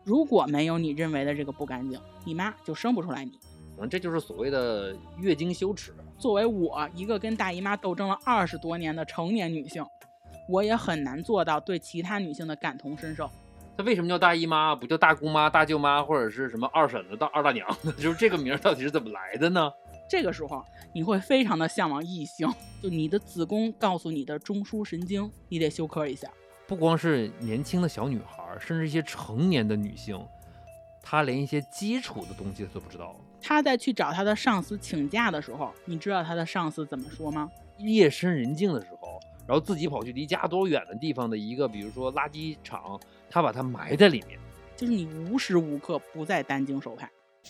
如果没有你认为的这个不干净，你妈就生不出来你。 这就是所谓的月经羞耻。 作为我一个跟大姨妈斗争了20多年的成年女性，我也很难做到对其他女性的感同身受。 它为什么叫大姨妈，不叫大姑妈、大舅妈，或者是什么二婶子、二大娘呢？就是这个名到底是怎么来的呢？ 这个时候你会非常的向往异性，就你的子宫告诉你的中枢神经，你得休克一下。 不光是年轻的小女孩，甚至一些成年的女性，她连一些基础的东西都不知道。 她在去找她的上司请假的时候，你知道她的上司怎么说吗？ 夜深人静的时候，然后自己跑去离家多远的地方的一个，比如说垃圾场，她把它埋在里面。 就是你无时无刻不在担惊受怕。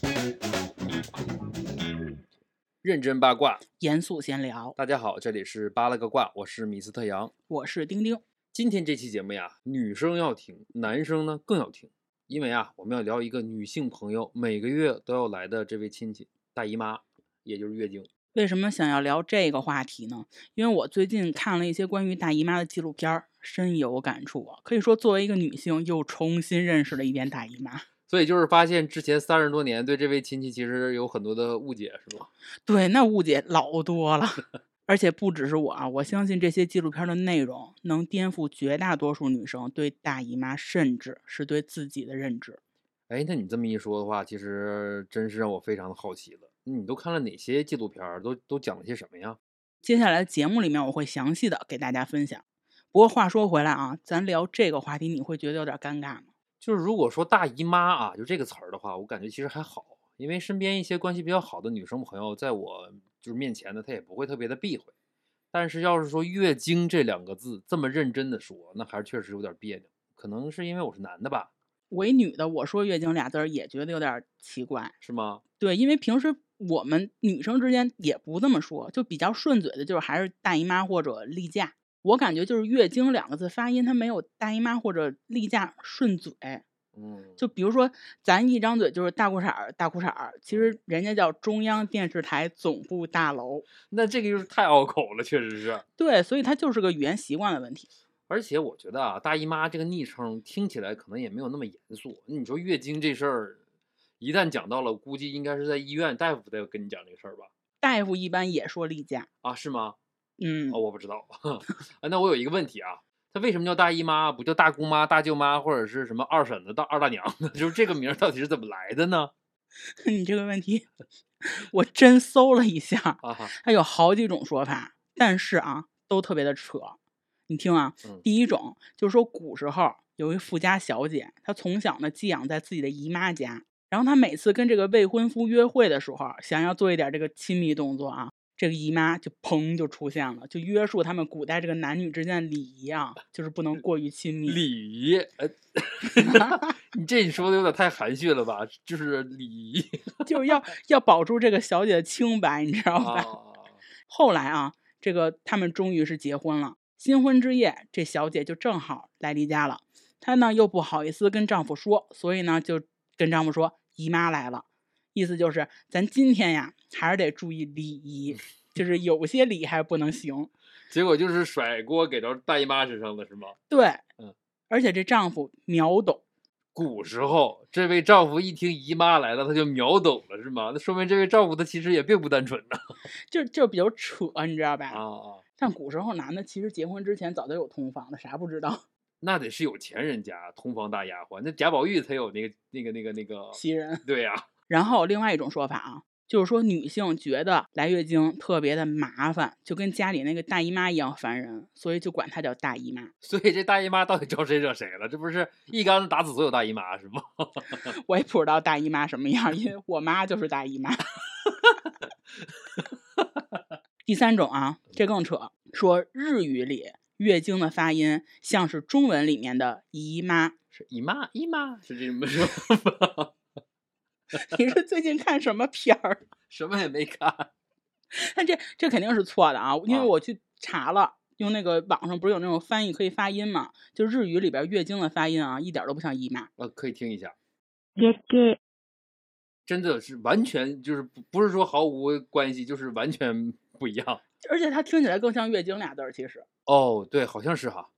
认真八卦， 严肃闲聊。 大家好，这里是扒了个卦，我是米斯特杨， 我是丁丁。 今天这期节目呀，女生要听，男生呢更要听，因为我们要聊一个女性朋友每个月都要来的这位亲戚，大姨妈，也就是月经。 为什么想要聊这个话题呢？因为我最近看了一些关于大姨妈的纪录片，深有感触啊。可以说作为一个女性又重新认识了一遍大姨妈。 所以就是发现之前30多年对这位亲戚其实有很多的误解，是吗？ 对，那误解老多了。而且不只是我啊，我相信这些纪录片的内容能颠覆绝大多数女生对大姨妈，甚至是对自己的认知。 那你这么一说的话，其实真是让我非常的好奇了。你都看了哪些纪录片，都讲了些什么呀？ 接下来的节目里面我会详细的给大家分享。不过话说回来啊，咱聊这个话题你会觉得有点尴尬吗？ 就是如果说大姨妈就这个词儿的话，我感觉其实还好，因为身边一些关系比较好的女生朋友在我就是面前呢，她也不会特别的避讳。但是要是说月经这2个字这么认真的说，那还是确实有点别扭。可能是因为我是男的吧。 为女的我说月经俩字也觉得有点奇怪。 是吗？ 对，因为平时我们女生之间也不这么说，就比较顺嘴的就是还是大姨妈或者例假。我感觉就是月经2个字发音它没有大姨妈或者例假顺嘴。就比如说咱一张嘴就是大裤衩大裤衩，其实人家叫中央电视台总部大楼。 那这个就是太拗口了，确实是。 对，所以它就是个语言习惯的问题。 而且我觉得大姨妈这个昵称听起来可能也没有那么严肃。你说月经这事儿一旦讲到了，估计应该是在医院大夫得跟你讲这个事儿吧。 大夫一般也说例假是吗？ 我不知道。那我有一个问题它为什么叫大姨妈，不叫大姑妈、大舅妈，或者是什么二婶子、二大娘呢？就是这个名到底是怎么来的呢？ 你这个问题我真搜了一下，它有好几种说法，但是都特别的扯。你听第一种就是说古时候有一富家小姐，她从小呢寄养在自己的姨妈家，然后她每次跟这个未婚夫约会的时候，想要做一点这个亲密动作这个姨妈就砰就出现了，就约束他们古代这个男女之间的礼仪就是不能过于亲密。 礼仪你说的有点太含蓄了吧？就是礼仪就是要保住这个小姐的清白，你知道吧？后来这个他们终于是结婚了。新婚之夜，这小姐就正好来例假了，她呢又不好意思跟丈夫说，所以呢就跟丈夫说姨妈来了，意思就是咱今天还是得注意礼仪，就是有些礼还不能行。 结果就是甩锅给到大姨妈身上了，是吗？ 对，而且这丈夫秒懂。 古时候这位丈夫一听姨妈来了，他就秒懂了，是吗？那说明这位丈夫他其实也并不单纯呢。 就比较扯，你知道吧？但古时候男的其实结婚之前早就有通房的，啥不知道。 那得是有钱人家通房大丫鬟，那贾宝玉才有那个袭人。 对呀。 然后另外一种说法就是说女性觉得来月经特别的麻烦，就跟家里那个大姨妈一样烦人，所以就管她叫大姨妈。 所以这大姨妈到底招谁惹谁了？这不是一竿子打死所有大姨妈是吗？ 我也不知道大姨妈什么样，因为我妈就是大姨妈。第三种这更扯，说日语里月经的发音像是中文里面的姨妈。 是姨妈是这么说吗？ 你是最近看什么片儿？ 什么也没看。 但这肯定是错的因为我去查了，用那个网上不是有那种翻译可以发音嘛？就日语里边月经的发音一点都不像姨妈。 可以听一下。 月经真的是完全就是不是说毫无关系，就是完全不一样。 而且它听起来更像月经俩字其实。 对，好像是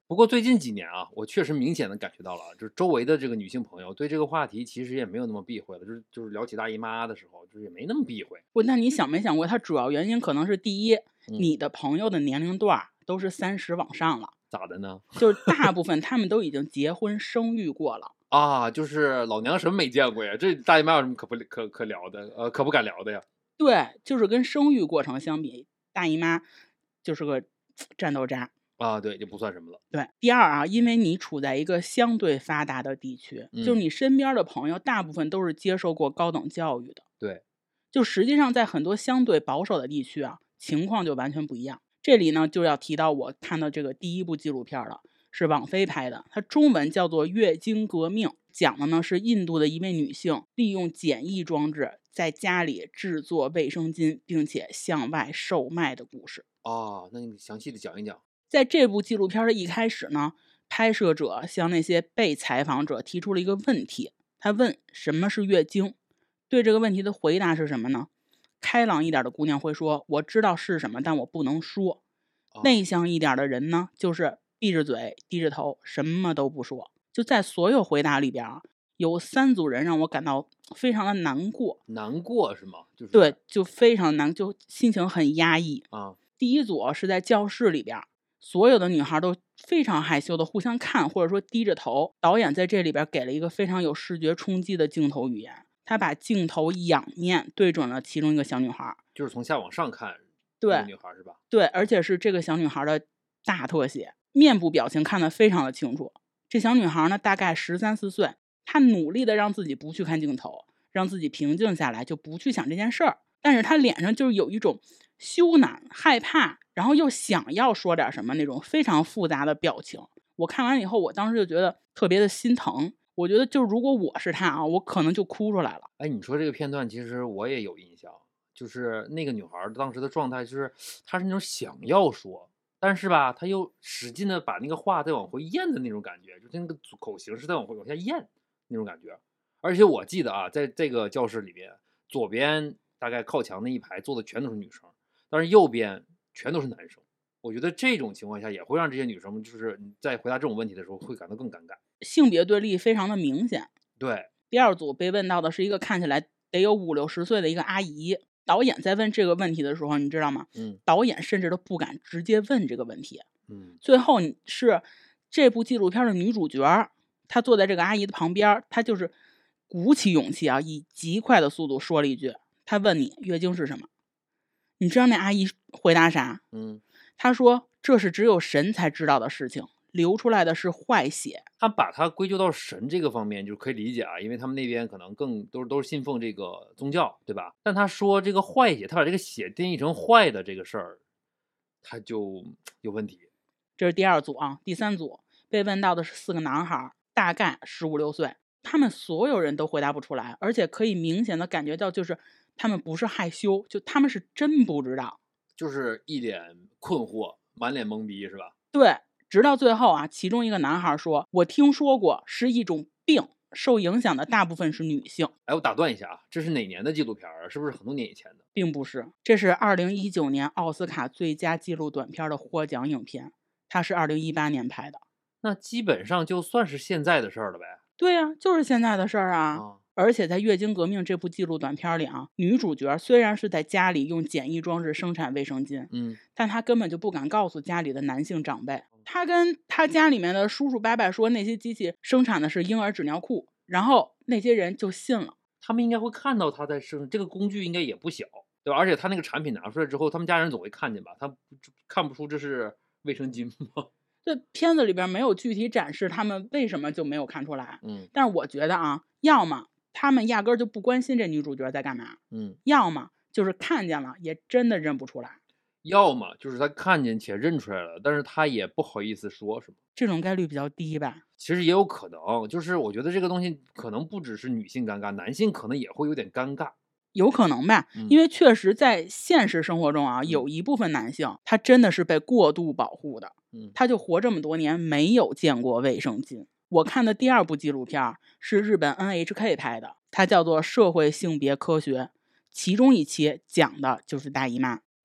不过最近几年啊，我确实明显的感觉到了，就是周围的这个女性朋友对这个话题其实也没有那么避讳了，就是聊起大姨妈的时候，就是也没那么避讳。 不，那你想没想过，它主要原因可能是第一，你的朋友的年龄段都是30往上了。 咋的呢？ 就是大部分他们都已经结婚生育过了啊，就是老娘什么没见过呀？这大姨妈有什么可聊的？可不敢聊的呀？ 对，就是跟生育过程相比，大姨妈就是个战斗渣啊，对，就不算什么了。 对，第二啊，因为你处在一个相对发达的地区，就是你身边的朋友大部分都是接受过高等教育的。 对， 就实际上在很多相对保守的地区啊，情况就完全不一样。这里呢就要提到我看到这个第一部纪录片了，是网飞拍的，它中文叫做《月经革命》，讲的呢是印度的一位女性利用简易装置在家里制作卫生巾，并且向外售卖的故事。 哦，那你详细的讲一讲。 在这部纪录片的一开始呢，拍摄者向那些被采访者提出了一个问题，他问什么是月经？对这个问题的回答是什么呢？开朗一点的姑娘会说我知道是什么，但我不能说。内向一点的人呢，就是闭着嘴低着头什么都不说。就在所有回答里边啊，有3组人让我感到非常的难过。 难过是吗？就是对，就非常难，就心情很压抑啊。 第一组是在教室里边，所有的女孩都非常害羞的互相看，或者说低着头。导演在这里边给了一个非常有视觉冲击的镜头语言，他把镜头仰面对准了其中一个小女孩， 就是从下往上看。 对， 女孩是吧？ 对，而且是这个小女孩的大特写，面部表情看得非常的清楚。这小女孩呢，大概13、14岁，她努力的让自己不去看镜头，让自己平静下来，就不去想这件事儿。但是她脸上就是有一种羞赧、害怕，然后又想要说点什么那种非常复杂的表情。我看完以后，我当时就觉得特别的心疼。我觉得就如果我是她啊，我可能就哭出来了。 哎，你说这个片段，其实我也有印象。就是那个女孩当时的状态，就是她是那种想要说，但是吧，她又使劲的把那个话再往回咽的那种感觉，就那个口型是在往下咽那种感觉。而且我记得啊，在这个教室里面，左边大概靠墙那一排坐的全都是女生，但是右边全都是男生。我觉得这种情况下也会让这些女生们，就是在回答这种问题的时候会感到更尴尬， 性别对立非常的明显。 对， 第二组被问到的是一个看起来得有50、60岁的一个阿姨。导演在问这个问题的时候，你知道吗？导演甚至都不敢直接问这个问题。最后是这部纪录片的女主角，她坐在这个阿姨的旁边，她就是鼓起勇气啊，以极快的速度说了一句：“她问你月经是什么？”你知道那阿姨回答啥？她说：“这是只有神才知道的事情。”流出来的是坏血， 他把它归咎到神这个方面，就可以理解啊，因为他们那边可能更都是信奉这个宗教，对吧？但他说这个坏血，他把这个血定义成坏的这个事儿，他就有问题。 这是第二组啊，第三组被问到的是4个男孩，大概15、16岁，他们所有人都回答不出来，而且可以明显的感觉到，就是他们不是害羞，就他们是真不知道， 就是一脸困惑，满脸懵逼，是吧？ 对。直到最后啊，其中一个男孩说：“我听说过是一种病，受影响的大部分是女性。” 哎，我打断一下啊，这是哪年的纪录片啊？是不是很多年以前的？ 并不是，这是2019年奥斯卡最佳纪录短片的获奖影片，它是2018年拍的。 那基本上就算是现在的事儿了呗。 对呀，就是现在的事儿啊。而且在《月经革命》这部纪录短片里啊，女主角虽然是在家里用简易装置生产卫生巾，但她根本就不敢告诉家里的男性长辈。她跟她家里面的叔叔伯伯说那些机器生产的是婴儿纸尿裤，然后那些人就信了。 他们应该会看到她在生这个工具应该也不小，对吧？而且她那个产品拿出来之后，他们家人总会看见吧？他看不出这是卫生巾吗？ 这片子里边没有具体展示他们为什么就没有看出来。但是我觉得啊，要么他们压根儿就不关心这女主角在干嘛，要么就是看见了也真的认不出来， 要么就是他看见且认出来了，但是他也不好意思说什么。 这种概率比较低吧？ 其实也有可能，就是我觉得这个东西可能不只是女性尴尬，男性可能也会有点尴尬。 有可能吧，因为确实在现实生活中啊，有一部分男性他真的是被过度保护的，他就活这么多年没有见过卫生巾。我看的第二部纪录片是日本 NHK 拍的，它叫做《社会性别科学》，其中一期讲的就是大姨妈。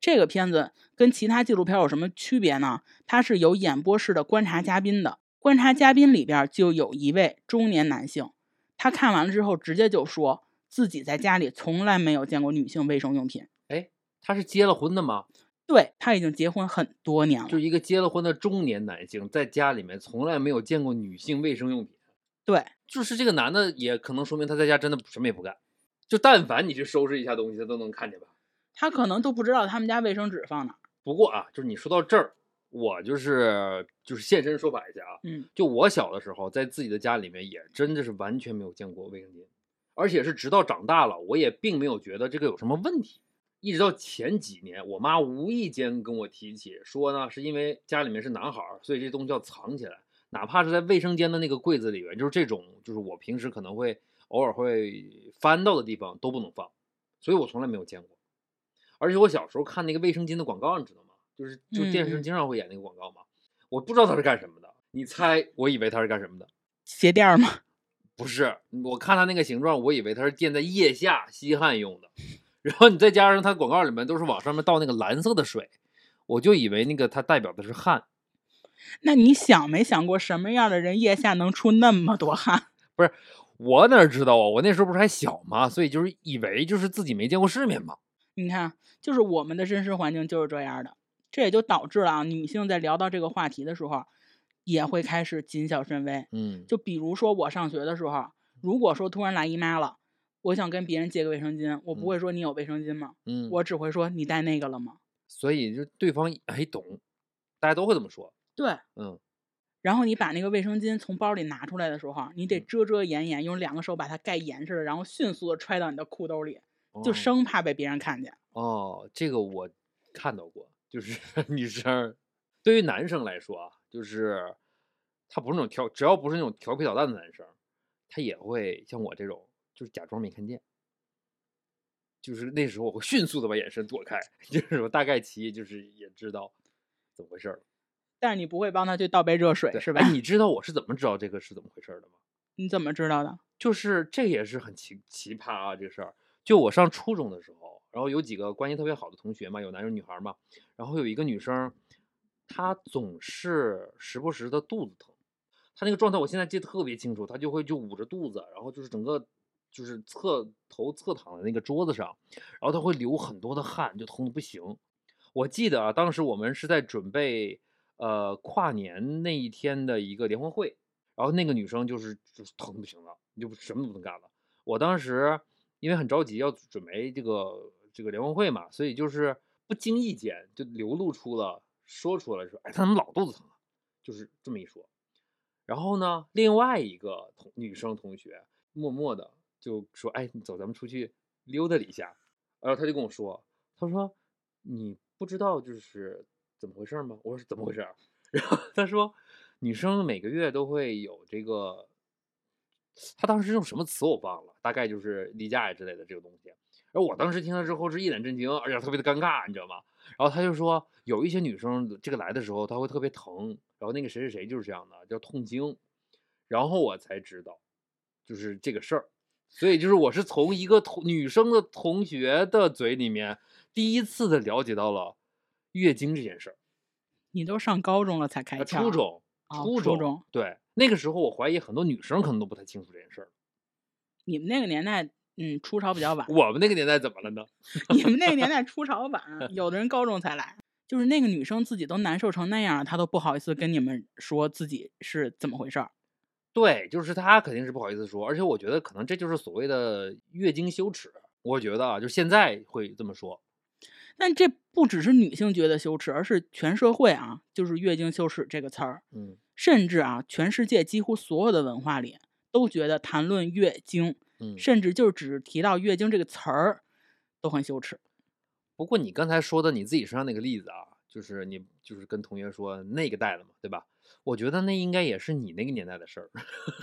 这个片子跟其他纪录片有什么区别呢？它是有演播室的观察嘉宾的，观察嘉宾里边就有一位中年男性，他看完了之后直接就说自己在家里从来没有见过女性卫生用品。 哎，他是结了婚的吗？ 对，他已经结婚很多年了。 就一个结了婚的中年男性，在家里面从来没有见过女性卫生用品。 对， 就是这个男的也可能说明他在家真的什么也不干，就但凡你去收拾一下东西，他都能看见吧。 他可能都不知道他们家卫生纸放哪。 不过啊，就是你说到这儿，我就是现身说法一下啊，就我小的时候在自己的家里面也真的是完全没有见过卫生巾，而且是直到长大了，我也并没有觉得这个有什么问题。一直到前几年，我妈无意间跟我提起说呢，是因为家里面是男孩，所以这东西要藏起来，哪怕是在卫生间的那个柜子里面，就是这种就是我平时可能会偶尔会翻到的地方都不能放，所以我从来没有见过。而且我小时候看那个卫生巾的广告，你知道吗？就电视经常会演那个广告嘛，我不知道它是干什么的，你猜我以为它是干什么的？ 鞋垫吗？ 不是，我看它那个形状，我以为它是垫在腋下吸汗用的。然后你再加上它广告里面都是往上面倒那个蓝色的水，我就以为那个它代表的是汗。 那你想没想过什么样的人腋下能出那么多汗？ 不是，我哪知道啊？我那时候不是还小嘛，所以就是以为就是自己没见过世面嘛。 你看，就是我们的真实环境就是这样的，这也就导致了啊，女性在聊到这个话题的时候，也会开始谨小慎微。就比如说我上学的时候，如果说突然来姨妈了，我想跟别人借个卫生巾，我不会说你有卫生巾吗？我只会说你带那个了吗？ 所以就对方还懂，大家都会这么说。 对，然后你把那个卫生巾从包里拿出来的时候，你得遮遮掩掩，用2个手把它盖严实的，然后迅速的揣到你的裤兜里，就生怕被别人看见。 这个我看到过，就是女生对于男生来说啊，就是他不是那种只要不是那种调皮捣蛋的男生，他也会像我这种，就是假装没看见。就是那时候我会迅速的把眼神躲开，就是我大概其就是也知道怎么回事了。 但是你不会帮他去倒杯热水是吧？ 你知道我是怎么知道这个是怎么回事的吗？ 你怎么知道的？ 就是这也是很奇葩啊，这事儿。就我上初中的时候，然后有几个关系特别好的同学嘛，有男有女孩嘛，然后有一个女生，她总是时不时的肚子疼，她那个状态我现在记得特别清楚，她就会捂着肚子，然后就是整个就是侧躺在那个桌子上，然后她会流很多的汗，就疼的不行。我记得啊，当时我们是在准备跨年那一天的一个联欢会，然后那个女生就是疼不行了，就什么都不能干了。我当时因为很着急要准备这个联欢会嘛，所以就是不经意间就流露出了说出来说，哎，她怎么老肚子疼啊？就是这么一说。然后呢，另外一个女生同学默默的就说，哎，你走，咱们出去溜达了一下。然后她就跟我说，她说你不知道就是怎么回事吗？我说怎么回事？然后她说女生每个月都会有这个，她当时用什么词我忘了，大概就是例假呀之类的这个东西。然后我当时听了之后是一脸震惊，而且特别的尴尬，你知道吗？然后她就说有一些女生这个来的时候她会特别疼，然后那个谁谁谁就是这样的，叫痛经。然后我才知道就是这个事儿。所以就是我是从一个女生的同学的嘴里面第一次的了解到了月经这件事儿。 你都上高中了才开窍？ 初中。对，那个时候我怀疑很多女生可能都不太清楚这件事儿。 你们那个年代，初潮比较晚。 我们那个年代怎么了呢？ 你们那个年代初潮晚，有的人高中才来。就是那个女生自己都难受成那样，她都不好意思跟你们说自己是怎么回事儿。 对，就是她肯定是不好意思说，而且我觉得可能这就是所谓的月经羞耻。我觉得啊，就现在会这么说。 但这不只是女性觉得羞耻，而是全社会啊，就是月经羞耻这个词儿。甚至啊，全世界几乎所有的文化里都觉得谈论月经，甚至就只提到月经这个词儿都很羞耻。 不过你刚才说的你自己身上那个例子啊，就是你就是跟同学说那个带了嘛，对吧？我觉得那应该也是你那个年代的事儿，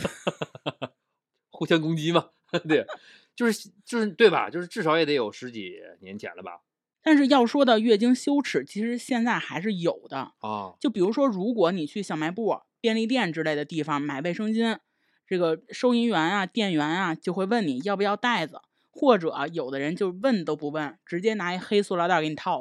互相攻击嘛，对，就是对吧？就是至少也得有10几年前了吧。 但是要说到月经羞耻，其实现在还是有的啊。就比如说，如果你去小卖部、便利店之类的地方买卫生巾，这个收银员啊、店员啊就会问你要不要袋子，或者有的人就问都不问，直接拿一黑塑料袋给你套上。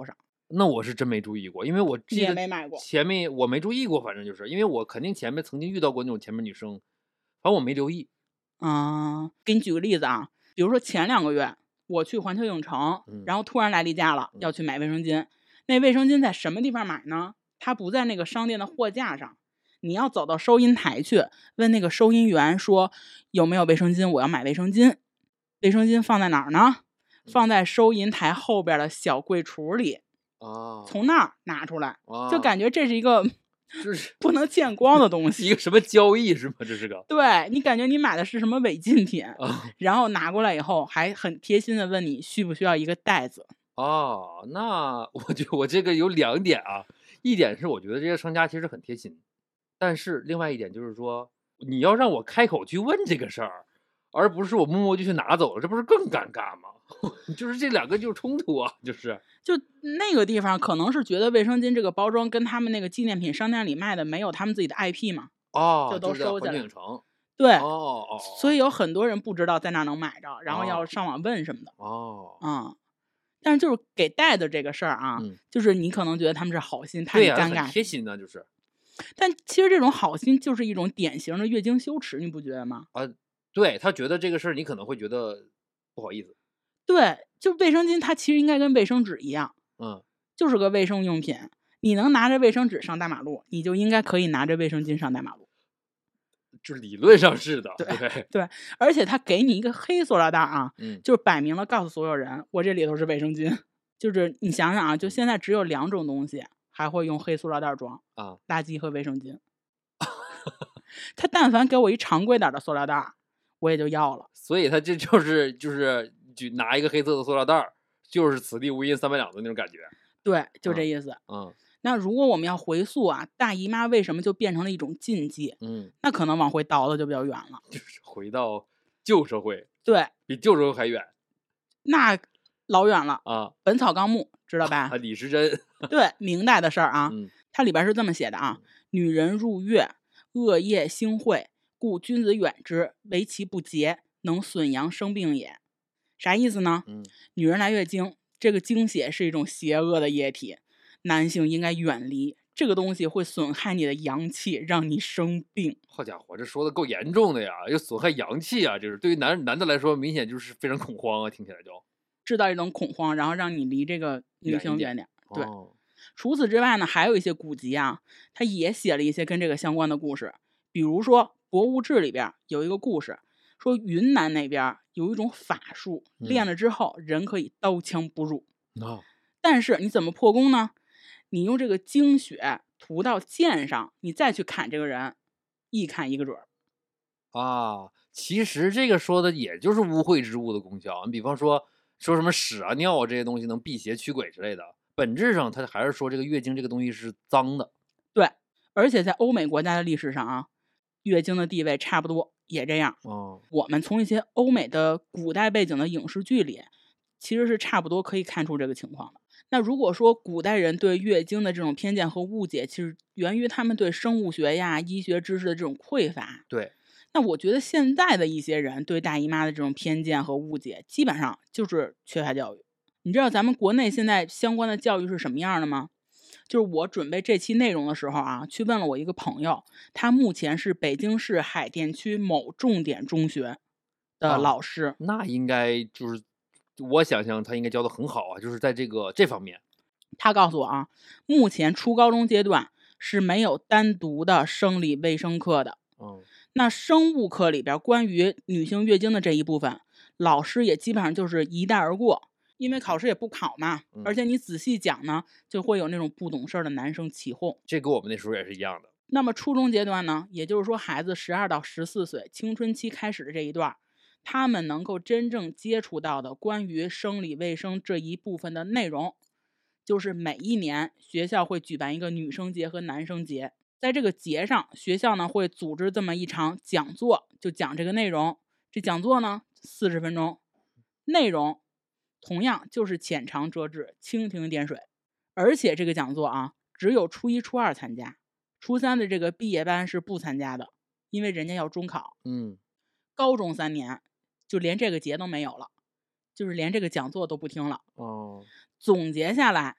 那我是真没注意过，因为我记得没买过前面我没注意过，反正就是因为我肯定前面曾经遇到过那种前面女生，反正我没留意。 给你举个例子啊，比如说前2个月我去环球影城，然后突然来例假了，要去买卫生巾。那卫生巾在什么地方买呢？它不在那个商店的货架上，你要走到收银台去问那个收银员说有没有卫生巾，我要买卫生巾。卫生巾放在哪儿呢？放在收银台后边的小柜橱里。从那儿拿出来，就感觉这是一个就是不能见光的东西， 一个什么交易是吗？这是个对，你感觉你买的是什么违禁品，然后拿过来以后还很贴心的问你需不需要一个袋子。 那我觉得我这个有2点啊，一点是我觉得这些商家其实很贴心，但是另外一点就是说你要让我开口去问这个事儿，而不是我默默就去拿走了，这不是更尴尬吗？就是这2个就冲突啊，就那个地方可能是觉得卫生巾这个包装跟他们那个纪念品商店里卖的没有他们自己的 IP 嘛，就都收起来。对，所以有很多人不知道在那能买着，然后要上网问什么的。但是就是给袋子这个事儿啊，就是你可能觉得他们是好心，怕你尴尬， 很贴心呢，就是。 但其实这种好心就是一种典型的月经羞耻，你不觉得吗？ 对，他觉得这个事儿你可能会觉得不好意思。 对，就卫生巾它其实应该跟卫生纸一样，就是个卫生用品。你能拿着卫生纸上大马路，你就应该可以拿着卫生巾上大马路。 就理论上是的， 对，而且他给你一个黑塑料袋啊，就是摆明了告诉所有人，我这里头是卫生巾。就是你想想啊，就现在只有2种东西还会用黑塑料袋装垃圾和卫生巾。他但凡给我一常规点的塑料袋，我也就要了。 所以他这就是拿一个黑色的塑料袋，就是此地无银三百两的那种感觉。 对，就这意思。那如果我们要回溯啊，大姨妈为什么就变成了一种禁忌？那可能往回倒的就比较远了， 就是回到旧社会。 对， 比旧社会还远。 那老远了啊！ 本草纲目知道吧？ 李时珍。 对，明代的事儿啊。它里边是这么写的啊：女人入月，恶业兴秽，故君子远之，为其不洁，能损阳生病也。啥意思呢？女人来月经，这个经血是一种邪恶的液体，男性应该远离这个东西，会损害你的阳气，让你生病。 好家伙，这说的够严重的呀！又损害阳气啊，这是对于男的来说，明显就是非常恐慌啊，听起来就制造一种恐慌，然后让你离这个女性远点。对，除此之外呢，还有一些古籍啊，他也写了一些跟这个相关的故事。比如说《博物志》里边有一个故事，说云南那边有一种法术，练了之后人可以刀枪不入。但是你怎么破功呢？你用这个精血涂到剑上，你再去砍这个人，一砍一个准儿。 其实这个说的也就是污秽之物的功效。你比方说什么屎啊、尿啊这些东西能辟邪驱鬼之类的，本质上它还是说这个月经这个东西是脏的。 对，而且在欧美国家的历史上啊，月经的地位差不多也这样。我们从一些欧美的古代背景的影视剧里，其实是差不多可以看出这个情况的。那如果说古代人对月经的这种偏见和误解，其实源于他们对生物学呀、医学知识的这种匮乏。 对。 那我觉得现在的一些人对大姨妈的这种偏见和误解，基本上就是缺乏教育。你知道咱们国内现在相关的教育是什么样的吗？就是我准备这期内容的时候啊，去问了我一个朋友，他目前是北京市海淀区某重点中学的老师。 那应该就是我想象他应该教的很好啊，就是在这方面。 他告诉我啊，目前初高中阶段是没有单独的生理卫生课的。那生物课里边关于女性月经的这一部分，老师也基本上就是一带而过，因为考试也不考嘛。而且你仔细讲呢，就会有那种不懂事的男生起哄。 这跟我们那时候也是一样的。 那么初中阶段呢，也就是说孩子12到14岁青春期开始的这一段，他们能够真正接触到的关于生理卫生这一部分的内容，就是每一年学校会举办一个女生节和男生节。在这个节上，学校呢会组织这么一场讲座，就讲这个内容。这讲座呢40分钟，内容同样就是浅尝辄止、蜻蜓点水。而且这个讲座啊，只有初1、初2参加，初3的这个毕业班是不参加的，因为人家要中考。高中3年就连这个节都没有了，就是连这个讲座都不听了。总结下来，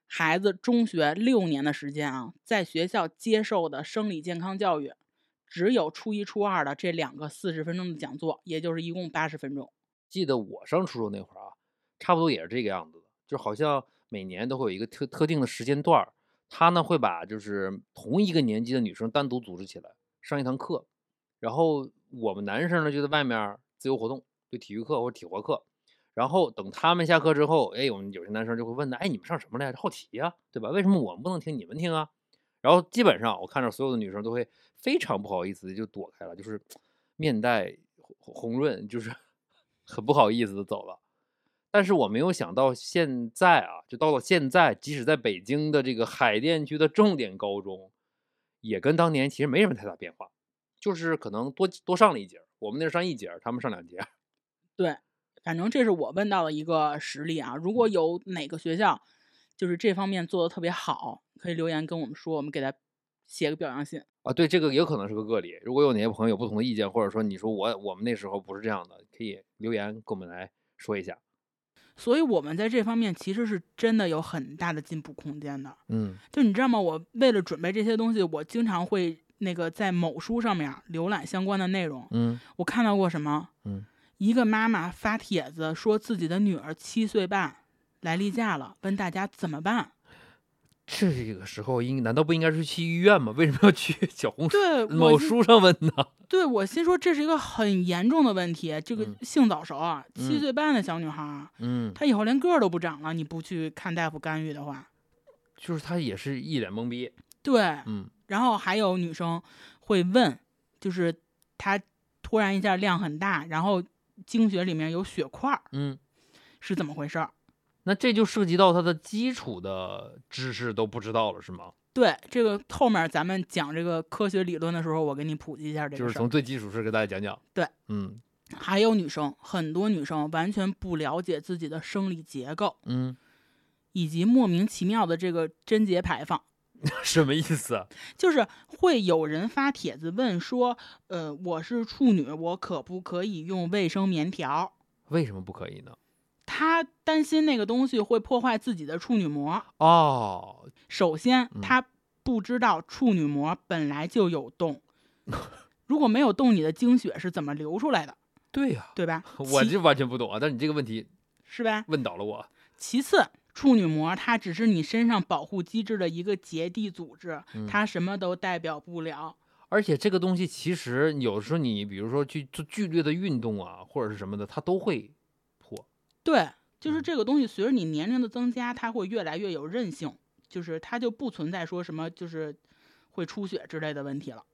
孩子中学6年的时间啊，在学校接受的生理健康教育，只有初一、初二的这2个40分钟的讲座，也就是一共80分钟。 记得我上初中那会儿啊，差不多也是这个样子的，就好像每年都会有一个特定的时间段，他呢会把就是同一个年级的女生单独组织起来上一堂课，然后我们男生呢就在外面自由活动，就体育课或者体活课。然后等他们下课之后，哎，我们有些男生就会问他，哎，你们上什么来着？好奇呀，对吧？为什么我们不能听，你们听啊？然后基本上我看着所有的女生都会非常不好意思的就躲开了，就是面带红润，就是很不好意思的走了。但是我没有想到现在啊，就到了现在，即使在北京的这个海淀区的重点高中，也跟当年其实没什么太大变化，就是可能多上了一节，我们那是上1节，他们上2节。 对，反正这是我问到的一个实例啊。如果有哪个学校就是这方面做的特别好，可以留言跟我们说，我们给他写个表扬信啊。对，这个也可能是个例。如果有哪些朋友有不同的意见，或者说你说我们那时候不是这样的，可以留言跟我们来说一下。 所以我们在这方面其实是真的有很大的进步空间的。就你知道吗？我为了准备这些东西，我经常会那个在某书上面浏览相关的内容。我看到过什么？一个妈妈发帖子说自己的女儿7岁半来例假了，问大家怎么办。 这个时候难道不应该是去医院吗？为什么要去小红书某书上问呢？ 对，我心说这是一个很严重的问题。这个性早熟啊，7岁半的小女孩，她以后连个儿都不长了，你不去看大夫干预的话， 就是她也是一脸懵逼。 对，然后还有女生会问，就是她突然一下量很大，然后经血里面有血块，是怎么回事？ 那这就涉及到他的基础的知识都不知道了，是吗？ 对，这个后面咱们讲这个科学理论的时候，我给你普及一下这个事儿， 就是从最基础事给大家讲讲。 对，还有女生，很多女生完全不了解自己的生理结构，以及莫名其妙的这个贞节牌坊。 什么意思？ 就是会有人发帖子问说，我是处女，我可不可以用卫生棉条？ 为什么不可以呢？ 他担心那个东西会破坏自己的处女膜。首先他不知道处女膜本来就有洞，如果没有洞，你的经血是怎么流出来的？ 对呀， 对吧？ 我就完全不懂啊，但是你这个问题是吧？ 问倒了我。 其次，处女膜它只是你身上保护机制的一个结缔组织，它什么都代表不了。 而且这个东西其实有时候你比如说去做剧烈的运动啊，或者是什么的，它都会破。 对，就是这个东西随着你年龄的增加，它会越来越有韧性，就是它就不存在说什么就是会出血之类的问题了。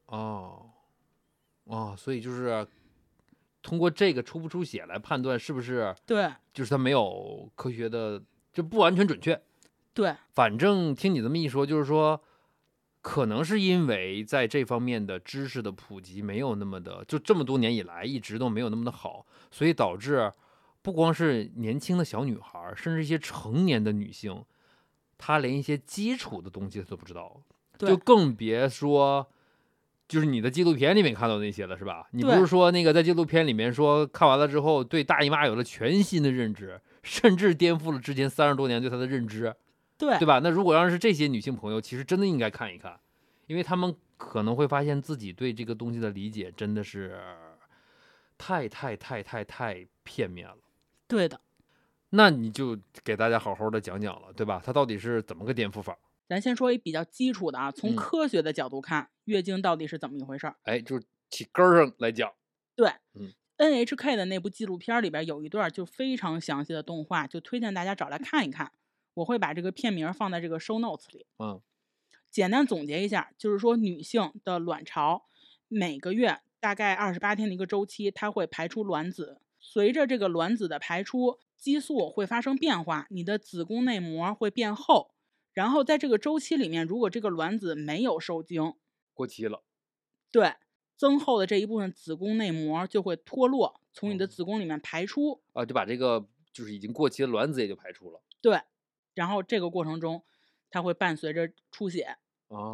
所以就是通过这个出不出血来判断是不是对， 就是它没有科学的，就不完全准确。 对， 反正听你这么一说，就是说可能是因为在这方面的知识的普及没有那么的，就这么多年以来一直都没有那么的好，所以导致不光是年轻的小女孩，甚至一些成年的女性，她连一些基础的东西都不知道，就更别说就是你的纪录片里面看到那些了，是吧？你不是说那个在纪录片里面说看完了之后对大姨妈有了全新的认知，甚至颠覆了之前30多年对她的认知，对吧？那如果要是这些女性朋友，其实真的应该看一看，因为她们可能会发现自己对这个东西的理解真的是太片面了。 对的， 那你就给大家好好的讲讲了，对吧？它到底是怎么个颠覆法？ 咱先说一比较基础的啊，从科学的角度看，月经到底是怎么一回事？ 就是起根儿上来讲。 对，NHK 的那部纪录片里边有一段就非常详细的动画，就推荐大家找来看一看。我会把这个片名放在这个 show notes 里。简单总结一下，就是说女性的卵巢每个月大概28天的一个周期，它会排出卵子。随着这个卵子的排出，激素会发生变化，你的子宫内膜会变厚。然后在这个周期里面，如果这个卵子没有受精， 过期了， 对，增厚的这一部分子宫内膜就会脱落，从你的子宫里面排出。 就把这个就是已经过期的卵子也就排出了。 对，然后这个过程中，它会伴随着出血。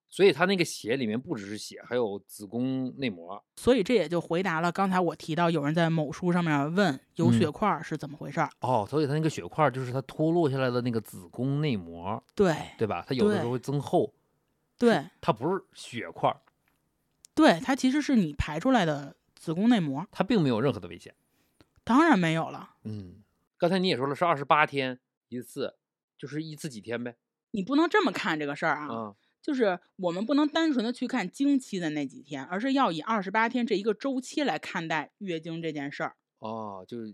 所以它那个血里面不只是血，还有子宫内膜。 所以这也就回答了刚才我提到有人在某书上面问有血块是怎么回事。 所以它那个血块就是它脱落下来的那个子宫内膜，对吧？它有的时候会增厚。 对， 它不是血块。 对，它其实是你排出来的子宫内膜， 它并没有任何的危险。 当然没有了。 刚才你也说了是28天一次，就是一次几天呗。 你不能这么看这个事儿啊。就是我们不能单纯的去看经期的那几天，而是要以28天这一个周期来看待月经这件事儿。 就是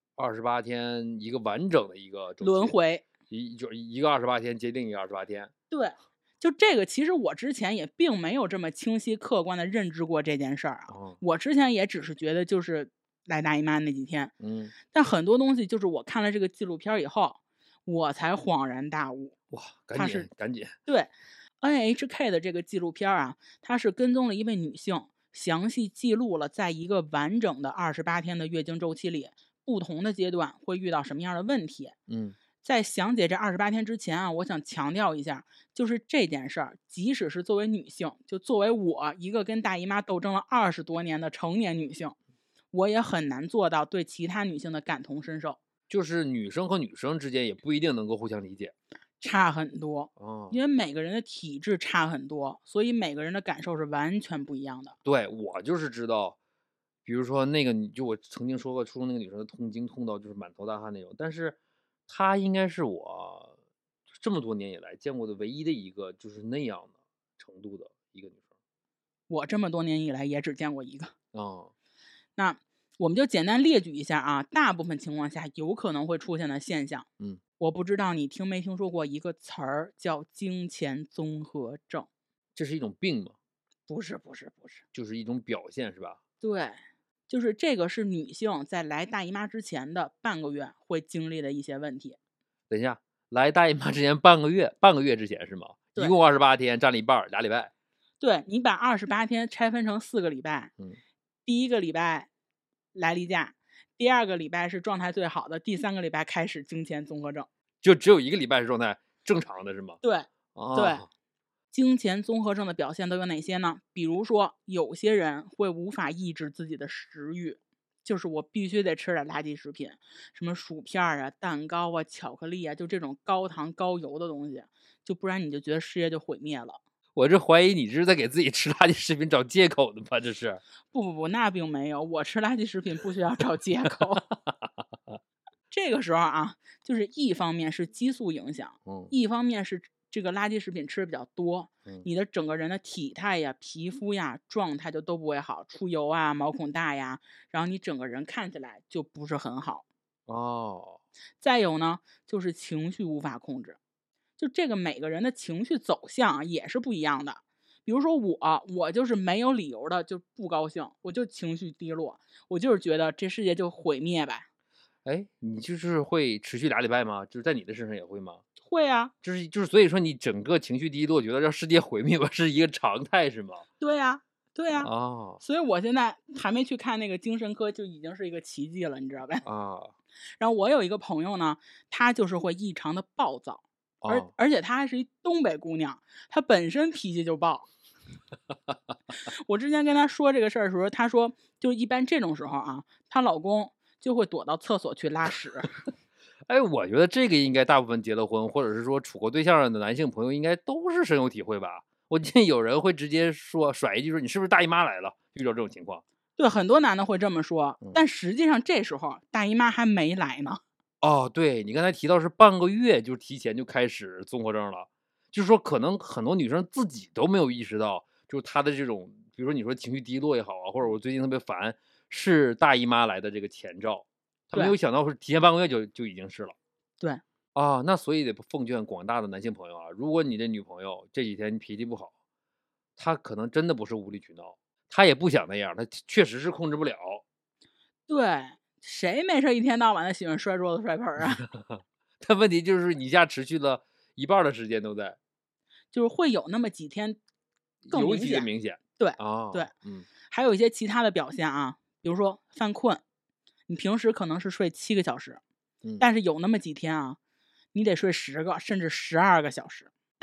28天一个完整的一个周期轮回， 就一个28天接另一个28天。 对，就这个其实我之前也并没有这么清晰客观的认知过这件事儿啊。我之前也只是觉得就是来大姨妈那几天。但很多东西就是我看了这个纪录片以后，我才恍然大悟。 哇，赶紧。 对。NHK 的这个纪录片啊，它是跟踪了一位女性，详细记录了在一个完整的28天的月经周期里，不同的阶段会遇到什么样的问题。在详解这28天之前啊，我想强调一下，就是这件事儿，即使是作为女性，就作为我一个跟大姨妈斗争了20多年的成年女性，我也很难做到对其他女性的感同身受。 就是女生和女生之间也不一定能够互相理解。 差很多。因为每个人的体质差很多，所以每个人的感受是完全不一样的。 对，我就是知道，比如说那个就我曾经说过初中那个女生的痛经痛到就是满头大汗那种，但是她应该是我这么多年以来见过的唯一的一个就是那样的程度的一个女生。 我这么多年以来也只见过一个。那我们就简单列举一下啊，大部分情况下有可能会出现的现象。我不知道你听没听说过一个词儿叫经前综合症。 这是一种病吗？ 不是， 就是一种表现是吧？ 对，就是这个是女性在来大姨妈之前的半个月会经历的一些问题。 等一下，来大姨妈之前半个月之前是吗？一共28天，占了一半，2礼拜。 对，你把28天拆分成4个礼拜。第一个礼拜来例假，第2个礼拜是状态最好的，第3个礼拜开始经前综合症。 就只有1个礼拜是状态正常的是吗？ 对。经前综合症的表现都有哪些呢？比如说有些人会无法抑制自己的食欲，就是我必须得吃点垃圾食品，什么薯片啊、蛋糕啊、巧克力啊，就这种高糖高油的东西，就不然你就觉得事业就毁灭了。 我这怀疑你这是在给自己吃垃圾食品找借口的吧？这是？ 不，那并没有，我吃垃圾食品不需要找借口。这个时候啊，就是一方面是激素影响，一方面是这个垃圾食品吃的比较多，你的整个人的体态呀、皮肤呀、状态就都不会好，出油啊、毛孔大呀，然后你整个人看起来就不是很好。再有呢，就是情绪无法控制。就这个每个人的情绪走向也是不一样的。比如说我就是没有理由的就不高兴，我就情绪低落，我就是觉得这世界就毁灭吧。 你就是会持续2礼拜吗？就是在你的身上也会吗？ 会啊。 就是所以说你整个情绪低落，觉得让世界毁灭吧是一个常态是吗？ 对呀。所以我现在还没去看那个精神科就已经是一个奇迹了，你知道呗？然后我有一个朋友呢，她就是会异常的暴躁。而且她还是一东北姑娘，她本身脾气就暴。我之前跟她说这个事儿的时候，她说就一般这种时候啊，她老公就会躲到厕所去拉屎。 我觉得这个应该大部分结了婚或者是说处过对象的男性朋友应该都是深有体会吧。我见有人会直接甩一句说你是不是大姨妈来了，遇到这种情况。 对，很多男的会这么说，但实际上这时候大姨妈还没来呢。 对，你刚才提到是半个月就提前就开始综合症了，就是说可能很多女生自己都没有意识到，就是她的这种，比如说你说情绪低落也好啊，或者我最近特别烦，是大姨妈来的这个前兆，她没有想到是提前半个月就已经是了。 对。 那所以得奉劝广大的男性朋友啊，如果你的女朋友这几天脾气不好，她可能真的不是无理取闹，她也不想那样，她确实是控制不了。 对。谁没事一天到晚的喜欢摔桌子摔盆啊？ 但问题就是你家持续了一半的时间都在， 就是会有那么几天更尤其的明显。 对。还有一些其他的表现啊，比如说犯困，你平时可能是睡7个小时，但是有那么几天啊，你得睡10个甚至12个小时。大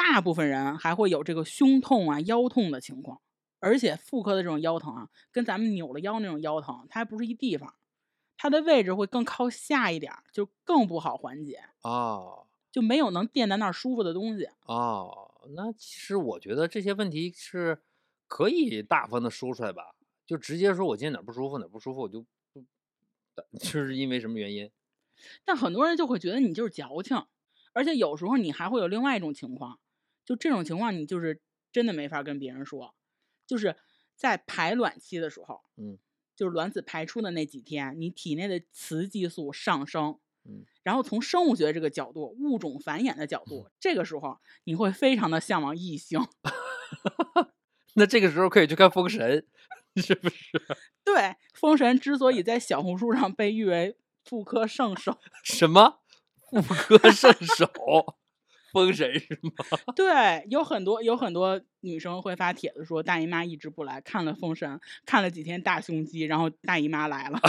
大部分人还会有这个胸痛啊、腰痛的情况，而且妇科的这种腰疼啊，跟咱们扭了腰那种腰疼，它还不是一地方，它的位置会更靠下一点，就更不好缓解啊， 就没有能垫在那儿舒服的东西啊。那其实我觉得这些问题是可以大方的说出来吧，就直接说我今天哪儿不舒服，哪儿不舒服，我就不就是因为什么原因。 但很多人就会觉得你就是矫情，而且有时候你还会有另外一种情况，就这种情况你就是真的没法跟别人说，就是在排卵期的时候，就是卵子排出的那几天，你体内的雌激素上升，然后从生物学这个角度，物种繁衍的角度，这个时候你会非常的向往异性。 那这个时候可以去看《封神》，是不是？ 对，《封神》之所以在小红书上被誉为妇科圣手， 什么妇科圣手？封神是吗？ 对，有很多女生会发帖子说大姨妈一直不来，看了封神，看了几天大胸肌，然后大姨妈来了。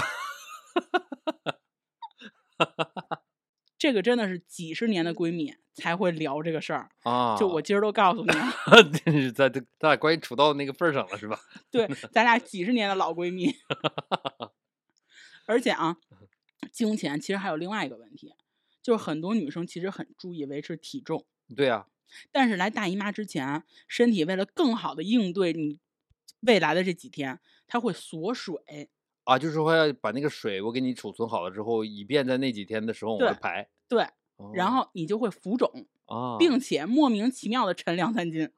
这个真的是几十年的闺蜜才会聊这个事儿啊！就我今儿都告诉你了， 咱俩关系处到那个份儿上了是吧？ 对，咱俩几十年的老闺蜜。而且啊，经前其实还有另外一个问题，就是很多女生其实很注意维持体重。 对啊。 但是来大姨妈之前，身体为了更好的应对你未来的这几天，它会锁水啊，就是说要把那个水我给你储存好了之后，以便在那几天的时候我会排。 对，然后你就会浮肿并且莫名其妙的沉2-3斤。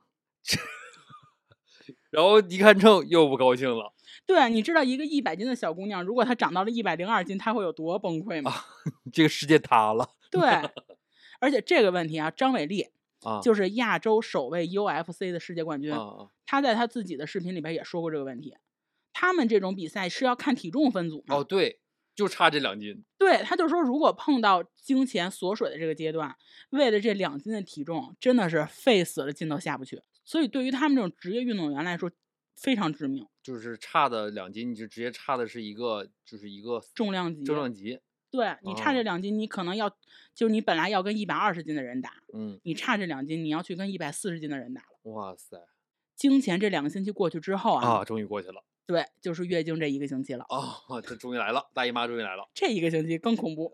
然后一看秤又不高兴了。 对，你知道一个100斤的小姑娘，如果她长到了102斤，她会有多崩溃吗？ 这个世界塌了。 对，而且这个问题啊，张伟丽就是亚洲首位 UFC 的世界冠军，他在他自己的视频里边也说过这个问题。他们这种比赛是要看体重分组嘛？对，就差这2斤。 对，他就说如果碰到经前锁水的这个阶段，为了这2斤的体重，真的是费死了劲都下不去。所以对于他们这种职业运动员来说，非常致命。 就是差的2斤，你就直接差的是一个重量级。对，你差这2斤，你可能要就是你本来要跟120斤的人打，你差这2斤，你要去跟140斤的人打了。 哇塞！ 经前这2个星期过去之后啊， 终于过去了。 对，就是月经这1个星期了。 这终于来了，大姨妈终于来了。 这1个星期更恐怖。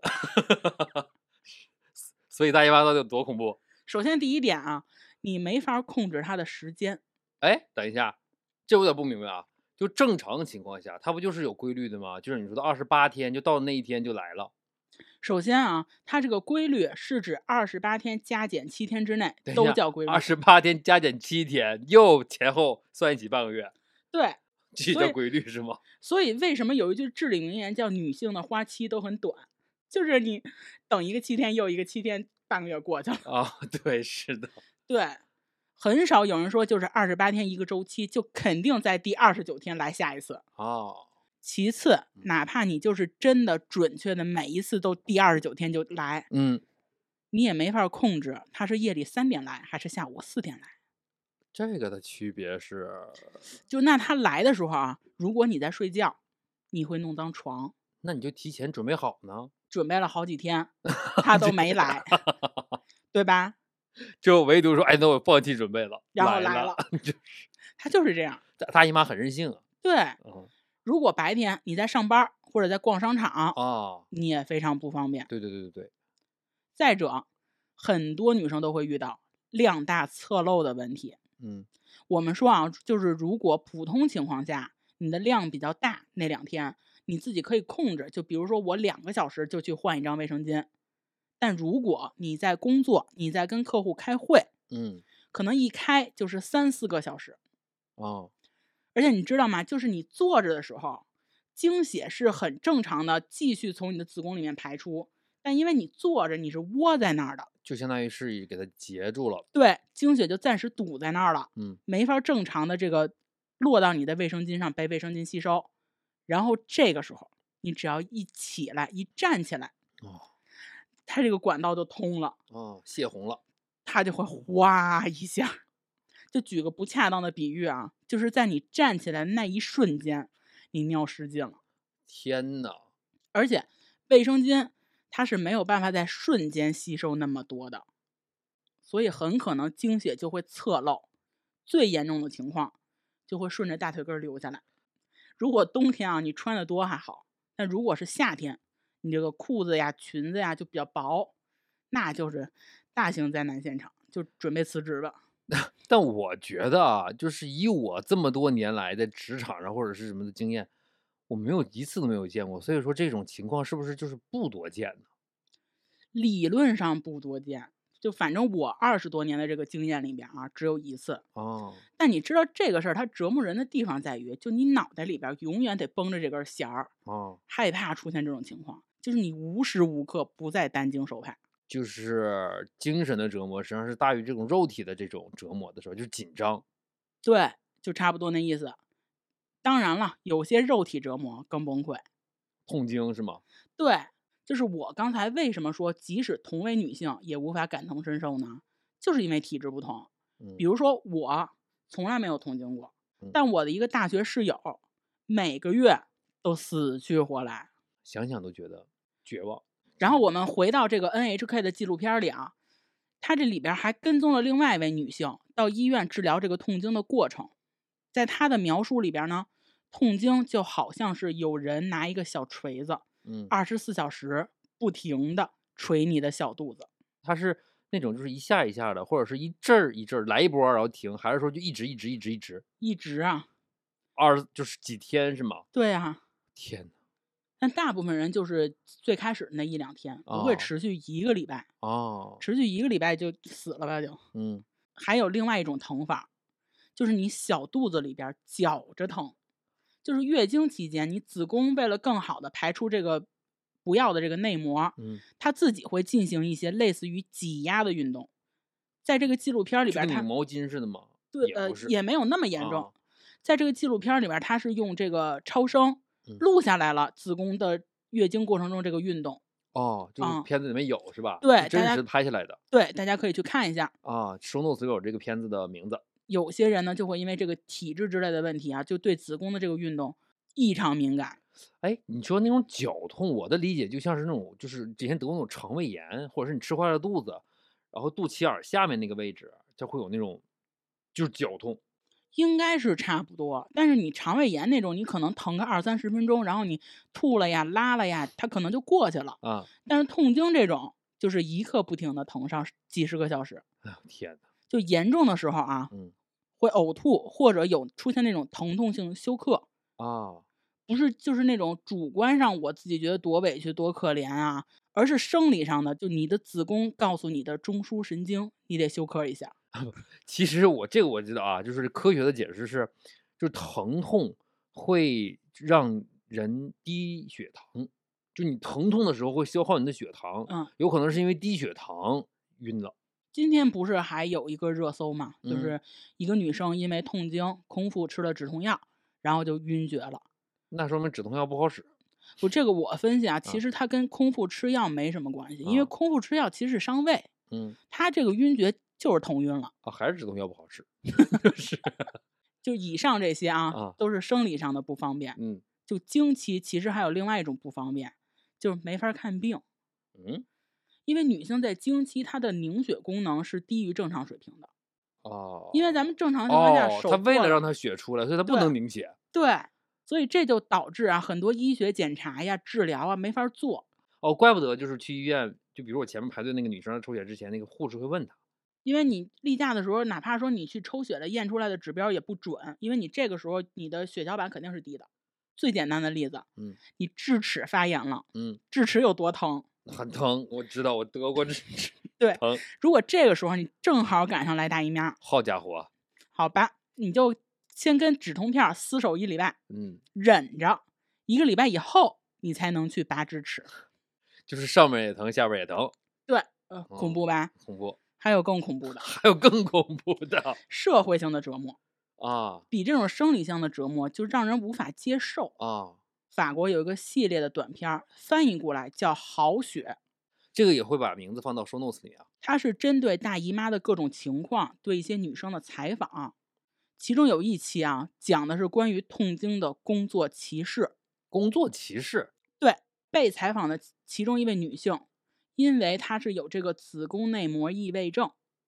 所以大姨妈到底有多恐怖？ 首先第一点啊，你没法控制它的时间。 哎，等一下，这我有点不明白啊。就正常情况下，它不就是有规律的吗？就是你说的28天，就到那一天就来了。 首先啊，它这个规律是指28天加减7天之内都叫规律。 28天加减7天，又前后算一起半个月。 对， 这叫规律是吗？ 所以为什么有一句至理名言叫女性的花期都很短，就是你等一个7天又一个7天，半个月过去了。 对，是的。 对。很少有人说就是28天一个周期，就肯定在第29天来下一次。其次，哪怕你就是真的准确的每一次都第29天就来，你也没法控制它是夜里3点来还是下午4点来。 这个的区别是， 就那他来的时候啊，如果你在睡觉，你会弄脏床， 那你就提前准备好呢。 准备了好几天，他都没来，对吧？ 就唯独说，哎，那我放弃准备了， 然后来了， 他就是这样。 大姨妈很任性啊。 对，如果白天你在上班或者在逛商场你也非常不方便。 对。 再者，很多女生都会遇到量大侧漏的问题。我们说啊，就是如果普通情况下你的量比较大，那2天你自己可以控制，就比如说我2个小时就去换一张卫生巾。但如果你在工作，你在跟客户开会，可能一开就是3-4个小时。而且你知道吗？就是你坐着的时候，经血是很正常的，继续从你的子宫里面排出。但因为你坐着，你是窝在那儿的， 就相当于是给它截住了。 对，经血就暂时堵在那儿了，没法正常的这个落到你的卫生巾上被卫生巾吸收。然后这个时候，你只要一起来，一站起来，它这个管道就通了， 泄洪了， 它就会哗一下。就举个不恰当的比喻啊，就是在你站起来的那一瞬间，你尿失禁了。 天哪！ 而且卫生巾它是没有办法在瞬间吸收那么多的， 所以很可能经血就会侧漏，最严重的情况就会顺着大腿根流下来。如果冬天啊你穿的多还好，但如果是夏天，你这个裤子呀裙子呀就比较薄，那就是大型灾难现场，就准备辞职吧。 但我觉得啊，就是以我这么多年来的职场上或者是什么的经验，我没有一次都没有见过，所以说这种情况是不是就是不多见呢？ 理论上不多见，就反正我20多年的这个经验里边啊，只有一次。 哦， 但你知道这个事儿它折磨人的地方在于，就你脑袋里边永远得绷着这根弦儿，害怕出现这种情况，就是你无时无刻不在担惊受怕。 就是精神的折磨实际上是大于这种肉体的这种折磨的时候，就是紧张。 对，就差不多那意思。当然了，有些肉体折磨更崩溃， 痛经是吗？ 对，就是我刚才为什么说即使同为女性也无法感同身受呢？就是因为体质不同。比如说我从来没有痛经过，但我的一个大学室友每个月都死去活来， 想想都觉得绝望。 然后我们回到这个 NHK 的纪录片里啊，他这里边还跟踪了另外一位女性到医院治疗这个痛经的过程。在他的描述里边呢，痛经就好像是有人拿一个小锤子，24小时不停的捶你的小肚子。 它是那种就是一下一下的，或者是一阵儿一阵儿来一波然后停，还是说就一直一直啊就是几天是吗？ 对啊， 天哪！ 但大部分人就是最开始那1-2天，不会持续1个礼拜。持续1个礼拜就死了吧就。还有另外一种疼法，就是你小肚子里边绞着疼。就是月经期间，你子宫为了更好的排出这个不要的这个内膜，它自己会进行一些类似于挤压的运动。在这个纪录片里边，它拧毛巾似的吗？ 对，也没有那么严重。在这个纪录片里边，它是用这个超声录下来了子宫的月经过程中这个运动。 就是片子里面有是吧？ 对， 真实拍下来的。 对，大家可以去看一下。 show notes 有这个片子的名字。 有些人呢就会因为这个体质之类的问题啊，就对子宫的这个运动异常敏感。 哎，你说那种绞痛，我的理解就像是那种，就是之前得过那种肠胃炎，或者是你吃坏了肚子，然后肚脐眼下面那个位置就会有那种，就是绞痛。 应该是差不多，但是你肠胃炎那种，你可能疼个20-30分钟，然后你吐了呀、拉了呀，它可能就过去了。但是痛经这种，就是一刻不停的疼上几十个小时。 哎呦天哪！ 就严重的时候啊，会呕吐，或者有出现那种疼痛性休克。不是就是那种主观上我自己觉得多委屈多可怜啊，而是生理上的，就你的子宫告诉你的中枢神经，你得休克一下。 其实我知道啊，就是科学的解释是，就是疼痛会让人低血糖，就你疼痛的时候会消耗你的血糖，有可能是因为低血糖晕了。 今天不是还有一个热搜嘛，就是一个女生因为痛经空腹吃了止痛药，然后就晕厥了。 那说明止痛药不好使。 不，这个我分析啊，其实它跟空腹吃药没什么关系，因为空腹吃药其实是伤胃。它这个晕厥就是疼晕了。 还是止痛药不好使。 就以上这些啊，都是生理上的不方便。就经期其实还有另外一种不方便，就是没法看病。因为女性在经期，她的凝血功能是低于正常水平的。因为咱们正常情况下手她为了让她血出来，所以她不能凝血。 对，所以这就导致啊，很多医学检查呀、治疗啊没法做。 怪不得就是去医院，就比如我前面排队那个女生抽血之前，那个护士会问她。 因为你例假的时候，哪怕说你去抽血了，验出来的指标也不准，因为你这个时候你的血小板肯定是低的。最简单的例子，你智齿发炎了，智齿有多疼？ 很疼，我知道，我得过智齿。 对， 疼。 如果这个时候你正好赶上来大姨妈， 好家伙， 好吧，你就先跟止痛片厮守1礼拜，忍着1个礼拜以后，你才能去拔智齿。 就是上面也疼，下边也疼。 对，恐怖吧？ 恐怖。 还有更恐怖的， 还有更恐怖的社会性的折磨比这种生理性的折磨就让人无法接受法国有一个系列的短片，翻译过来叫《好血》， 这个也会把名字放到 show notes 里啊。 它是针对大姨妈的各种情况对一些女生的采访，其中有一期啊，讲的是关于痛经的工作歧视。 工作歧视？ 对，被采访的其中一位女性，因为她是有这个子宫内膜异位症，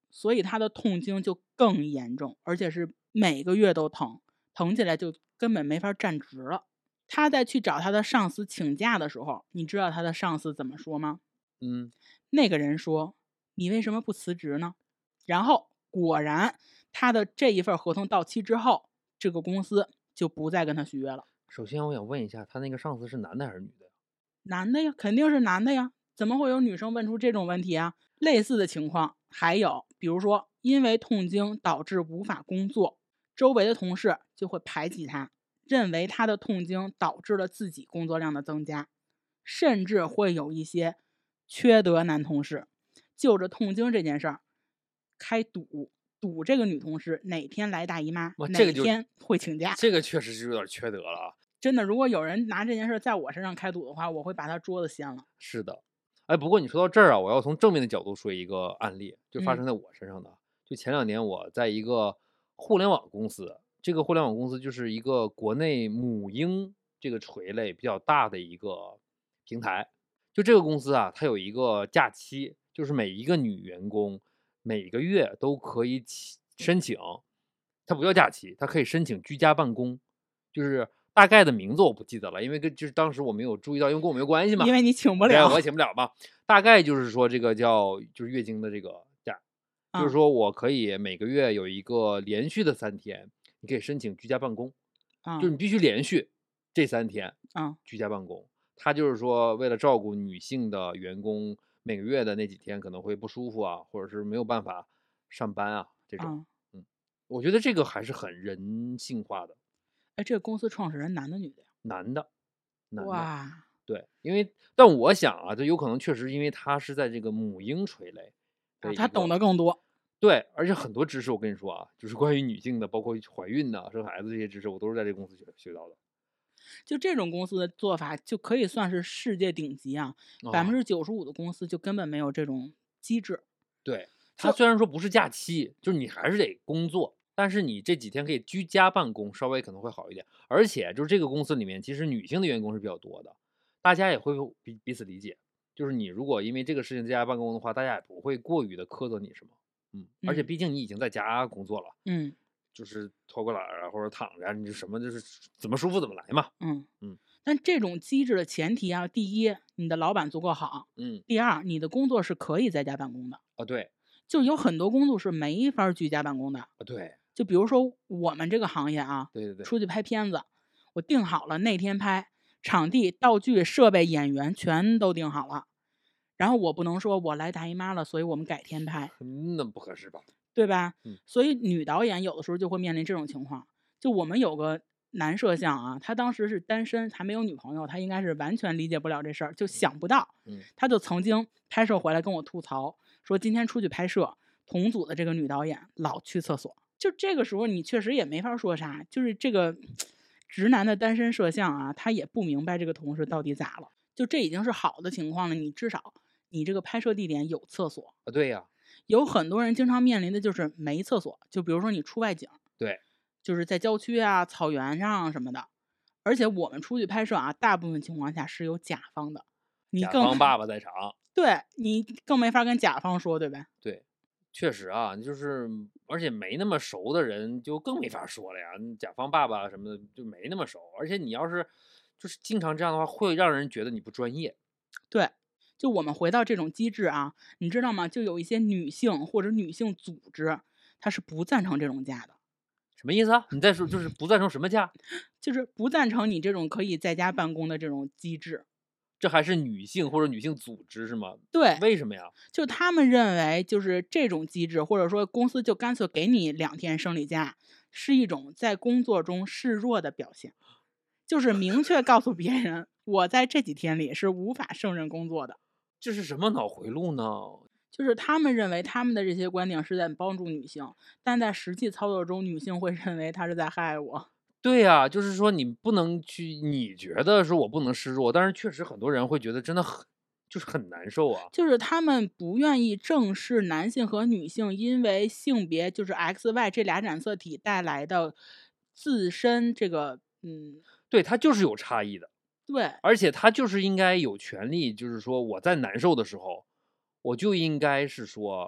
所以他的痛经就更严重，而且是每个月都疼，疼起来就根本没法站直了。他在去找他的上司请假的时候，你知道他的上司怎么说吗？那个人说：“你为什么不辞职呢？”然后果然，他的这一份合同到期之后，这个公司就不再跟他续约了。 首先，我想问一下，他那个上司是男的还是女的呀？ 男的呀，肯定是男的呀，怎么会有女生问出这种问题啊？类似的情况还有，比如说因为痛经导致无法工作，周围的同事就会排挤他，认为他的痛经导致了自己工作量的增加，甚至会有一些缺德男同事就着痛经这件事儿开赌这个女同事哪天来大姨妈，哪天会请假。 这个确实是有点缺德了啊！ 真的，如果有人拿这件事在我身上开赌的话，我会把他桌子掀了。 是的，哎，不过你说到这儿啊，我要从正面的角度说一个案例，就发生在我身上的。就前2年我在一个互联网公司，这个互联网公司就是一个国内母婴这个垂类比较大的一个平台。就这个公司啊，它有一个假期，就是每一个女员工每个月都可以申请，它不叫假期，它可以申请居家办公，就是大概的名字我不记得了，因为就是当时我没有注意到，因为跟我没有关系嘛。 因为你请不了， 我请不了嘛。大概就是说这个就是月经的这个假，就是说我可以每个月有一个连续的3天，你可以申请居家办公，就是你必须连续这3天居家办公。他就是说为了照顾女性的员工，每个月的那几天可能会不舒服啊，或者是没有办法上班啊这种。我觉得这个还是很人性化的。 哎，这个公司创始人男的女的呀？ 男的。 哇， 对，但我想啊，这有可能确实因为他是在这个母婴垂类， 他懂得更多。 对，而且很多知识我跟你说啊，就是关于女性的，包括怀孕呐、生孩子这些知识，我都是在这个公司学到的。 就这种公司的做法，就可以算是世界顶级啊！95%的公司就根本没有这种机制。 对，它虽然说不是假期，就是你还是得工作，但是你这几天可以居家办公，稍微可能会好一点。而且就是这个公司里面，其实女性的员工是比较多的，大家也会彼此理解。就是你如果因为这个事情在家办公的话，大家也不会过于的苛责你什么。而且毕竟你已经在家工作了，就是拖个懒啊，或者躺着，你就什么就是怎么舒服怎么来嘛。 但这种机制的前提啊，第一，你的老板足够好，第二，你的工作是可以在家办公的啊。对， 就有很多工作是没法居家办公的啊。对， 就比如说我们这个行业啊， 对， 出去拍片子，我定好了那天拍，场地、道具、设备、演员全都定好了。然后我不能说我来大姨妈了，所以我们改天拍， 那不合适吧？ 对吧？所以女导演有的时候就会面临这种情况。就我们有个男摄像啊，他当时是单身，还没有女朋友，他应该是完全理解不了这事儿，就想不到。他就曾经拍摄回来跟我吐槽说，今天出去拍摄，同组的这个女导演老去厕所。就这个时候你确实也没法说啥，就是这个直男的单身摄像啊，他也不明白这个同事到底咋了。就这已经是好的情况了，你至少你这个拍摄地点有厕所啊。对呀， 有很多人经常面临的就是没厕所，就比如说你出外景， 对， 就是在郊区啊、草原上什么的。而且我们出去拍摄啊，大部分情况下是有甲方的，你甲方爸爸在场， 对你更没法跟甲方说，对吧？ 对，确实啊，就是而且没那么熟的人就更没法说了呀。甲方爸爸什么的就没那么熟，而且你要是就是经常这样的话，会让人觉得你不专业。 对，就我们回到这种机制啊，你知道吗？就有一些女性或者女性组织，她是不赞成这种假的。 什么意思啊？你再说，就是不赞成什么假？ 就是不赞成你这种可以在家办公的这种机制。 这还是女性或者女性组织是吗？ 对， 为什么呀？ 就他们认为，就是这种机制，或者说公司就干脆给你2天生理假，是一种在工作中示弱的表现，就是明确告诉别人，我在这几天里是无法胜任工作的。 这是什么脑回路呢？ 就是他们认为他们的这些观点是在帮助女性，但在实际操作中，女性会认为他是在害我。 对呀，就是说你不能去，你觉得说我不能示弱，但是确实很多人会觉得真的很难受啊。 就是他们不愿意正视男性和女性因为性别就是 XY 这俩染色体带来的自身这个对，他就是有差异的。 对， 而且他就是应该有权利，就是说我在难受的时候，我就应该是说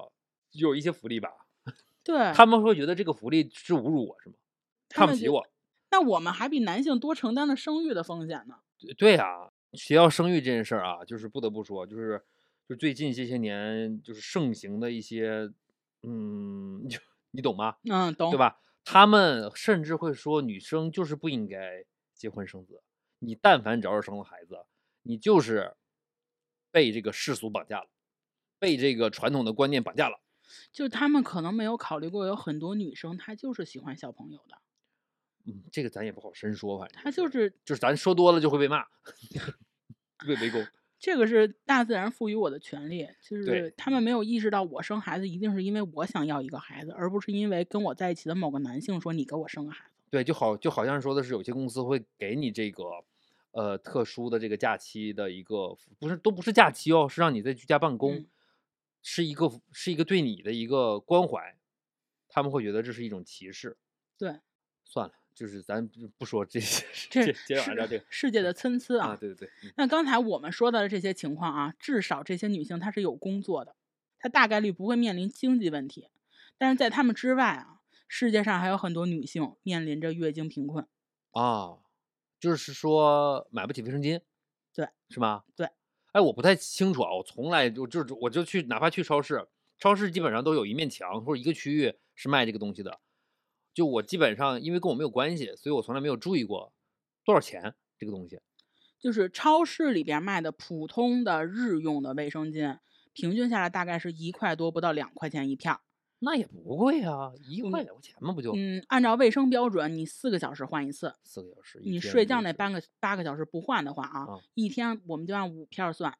有一些福利吧。 对， 他们会觉得这个福利是侮辱我是吗？看不起我。 那我们还比男性多承担了生育的风险呢。 对啊，提到生育这件事儿啊，就是不得不说，就最近这些年就是盛行的一些，你懂吗？ 懂， 对吧？他们甚至会说女生就是不应该结婚生子，你但凡只要是生了孩子，你就是被这个世俗绑架了，被这个传统的观念绑架了。 就他们可能没有考虑过，有很多女生她就是喜欢小朋友的。 这个咱也不好深说，反正她就是咱说多了就会被骂，被围攻。 这个是大自然赋予我的权利，就是对他们没有意识到我生孩子一定是因为我想要一个孩子，而不是因为跟我在一起的某个男性说你给我生个孩子。 对，就好像说的是有些公司会给你这个特殊的这个假期的一个都不是假期哦，是让你在居家办公，是一个对你的一个关怀，他们会觉得这是一种歧视。 对， 算了，就是咱不说这些， 这接着这个世界的参差啊。 对对对。 那刚才我们说的这些情况啊，至少这些女性她是有工作的，她大概率不会面临经济问题。但是在她们之外啊，世界上还有很多女性面临着月经贫困啊，就是说买不起卫生巾， 对， 是吗？ 对。 哎，我不太清楚啊，我从来我就去，哪怕去超市，超市基本上都有一面墙或者一个区域是卖这个东西的。就我基本上因为跟我没有关系，所以我从来没有注意过多少钱这个东西。 就是超市里边卖的普通的日用的卫生巾，平均下来大概是1块多，不到2块钱一片儿。 那也不贵啊，1块2块钱嘛，不就？ 按照卫生标准，你4个小时换一次 ，4个小时， 你睡觉那8个小时不换的话啊，一天我们就按5片算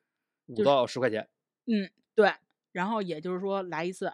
，5到10块钱。 对，然后也就是说来一次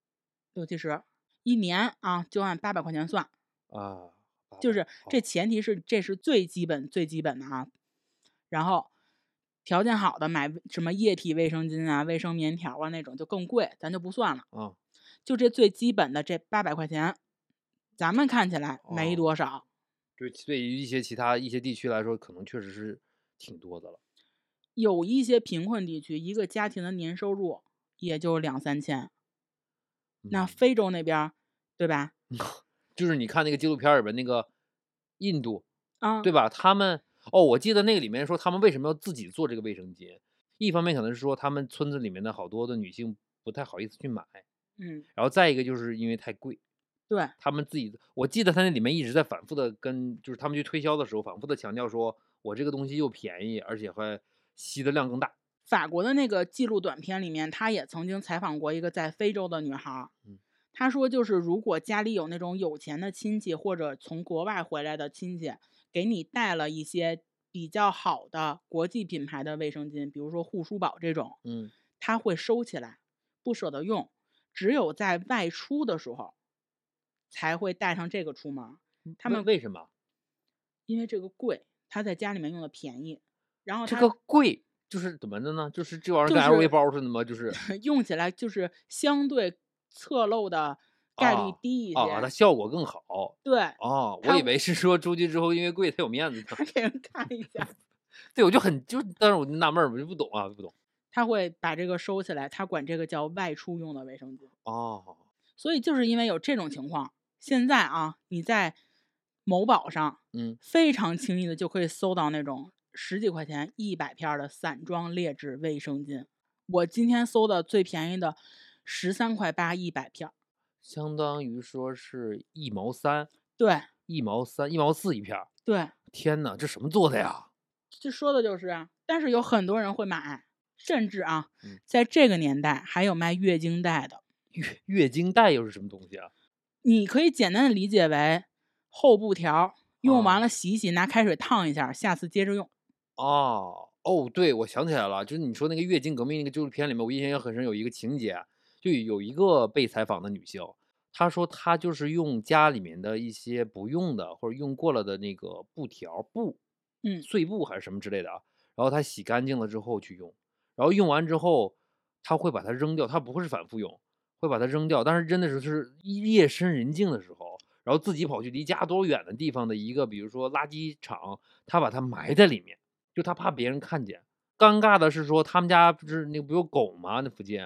6、70，一年啊就按800块钱算啊。 就是这前提是这是最基本的啊。然后条件好的买什么液体卫生巾啊、卫生棉条啊那种就更贵，咱就不算了。就这最基本的这800块钱，咱们看起来没多少。 对于一些其他一些地区来说，可能确实是挺多的了。 有一些贫困地区，一个家庭的年收入也就2、3千。那非洲那边，对吧？ 就是你看那个纪录片里边那个印度，对吧？ 他们我记得那个里面说他们为什么要自己做这个卫生巾，一方面可能是说他们村子里面的好多的女性不太好意思去买，然后再一个就是因为太贵。 对， 他们自己，我记得他那里面一直在反复的就是他们去推销的时候，反复的强调说，我这个东西又便宜，而且还吸的量更大。 法国的那个记录短片里面，他也曾经采访过一个在非洲的女孩，她说就是如果家里有那种有钱的亲戚或者从国外回来的亲戚，给你带了一些比较好的国际品牌的卫生巾，比如说护舒宝这种，他会收起来，不舍得用，只有在外出的时候才会带上这个出门。他们为什么？ 因为这个贵，他在家里面用的便宜，然后这个贵就是怎么的呢？就是这玩意儿跟 LV 包似的吗？就是用起来就是相对侧漏的概率低一些， 它效果更好。 对， 我以为是说出去之后因为贵他有面子， 他给人看一下。 对，我就但是我就纳闷我就不懂啊，不懂。 他会把这个收起来，他管这个叫外出用的卫生巾。所以就是因为有这种情况，现在啊，你在某宝上，非常轻易的就可以搜到那种10几块钱100片的散装劣质卫生巾。我今天搜的最便宜的13.8块100片， 相当于说是1毛3。 对 ，1毛3、1毛4一片。 对， 天哪，这什么做的呀？ 这说的就是啊，但是有很多人会买，甚至啊，在这个年代还有卖月经带的。 月经带又是什么东西啊？ 你可以简单的理解为厚布条，用完了洗一洗，拿开水烫一下，下次接着用。 对，我想起来了，就是你说那个月经革命那个纪录片里面，我印象很深，有一个情节，就有一个被采访的女性，她说她就是用家里面的一些不用的或者用过了的那个布条碎布还是什么之类的啊，然后她洗干净了之后去用，然后用完之后她会把它扔掉，她不会是反复用，会把它扔掉，但是真的是夜深人静的时候，然后自己跑去离家多远的地方的一个比如说垃圾场，她把它埋在里面，就她怕别人看见。尴尬的是说他们家不是那个不有狗吗？那附近，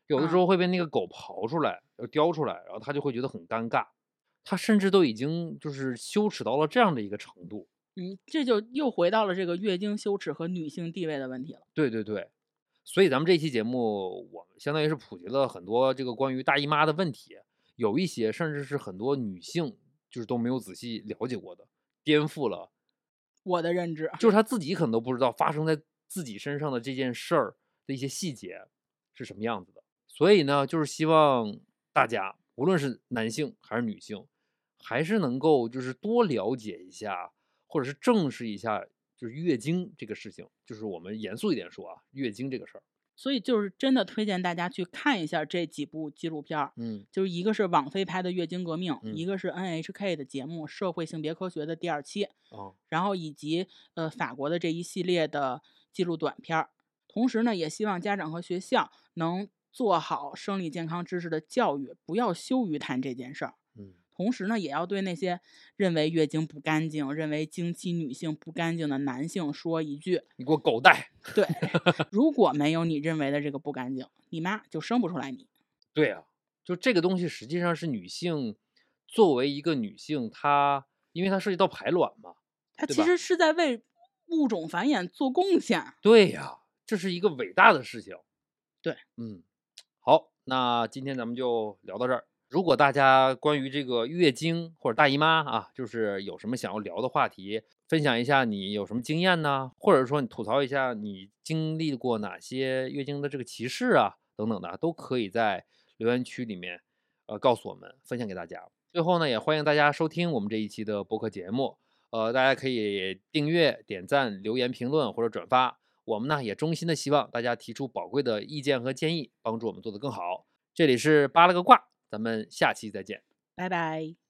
有的时候会被那个狗刨出来，叼出来，然后他就会觉得很尴尬，他甚至都已经就是羞耻到了这样的一个程度。 这就又回到了这个月经羞耻和女性地位的问题了。 对对对，所以咱们这期节目，我们相当于是普及了很多这个关于大姨妈的问题，有一些甚至是很多女性就是都没有仔细了解过的，颠覆了我的认知， 就是她自己可能都不知道发生在自己身上的这件事儿的一些细节是什么样子的。所以呢，就是希望大家无论是男性还是女性，还是能够就是多了解一下，或者是正视一下，就是月经这个事情。就是我们严肃一点说啊，月经这个事儿。 所以就是真的推荐大家去看一下这几部纪录片儿。就是一个是网飞拍的《月经革命》，一个是 NHK 的节目《社会性别科学》的第2期，然后以及法国的这一系列的记录短片儿。同时呢，也希望家长和学校能做好生理健康知识的教育，不要羞于谈这件事儿。同时呢，也要对那些认为月经不干净、认为经期女性不干净的男性说一句： 你给我狗带！ 对，如果没有你认为的这个不干净，你妈就生不出来你。 对啊，就这个东西实际上是女性作为一个女性，她因为它涉及到排卵嘛， 她其实是在为物种繁衍做贡献。 对呀，这是一个伟大的事情。 对， 好，那今天咱们就聊到这儿。如果大家关于这个月经或者大姨妈啊，就是有什么想要聊的话题，分享一下你有什么经验呢？或者说你吐槽一下你经历过哪些月经的这个歧视啊等等的，都可以在留言区里面告诉我们，分享给大家。最后呢，也欢迎大家收听我们这一期的播客节目。大家可以订阅、点赞、留言、评论或者转发。我们呢也衷心的希望大家提出宝贵的意见和建议，帮助我们做得更好。这里是扒了个卦，咱们下期再见， 拜拜。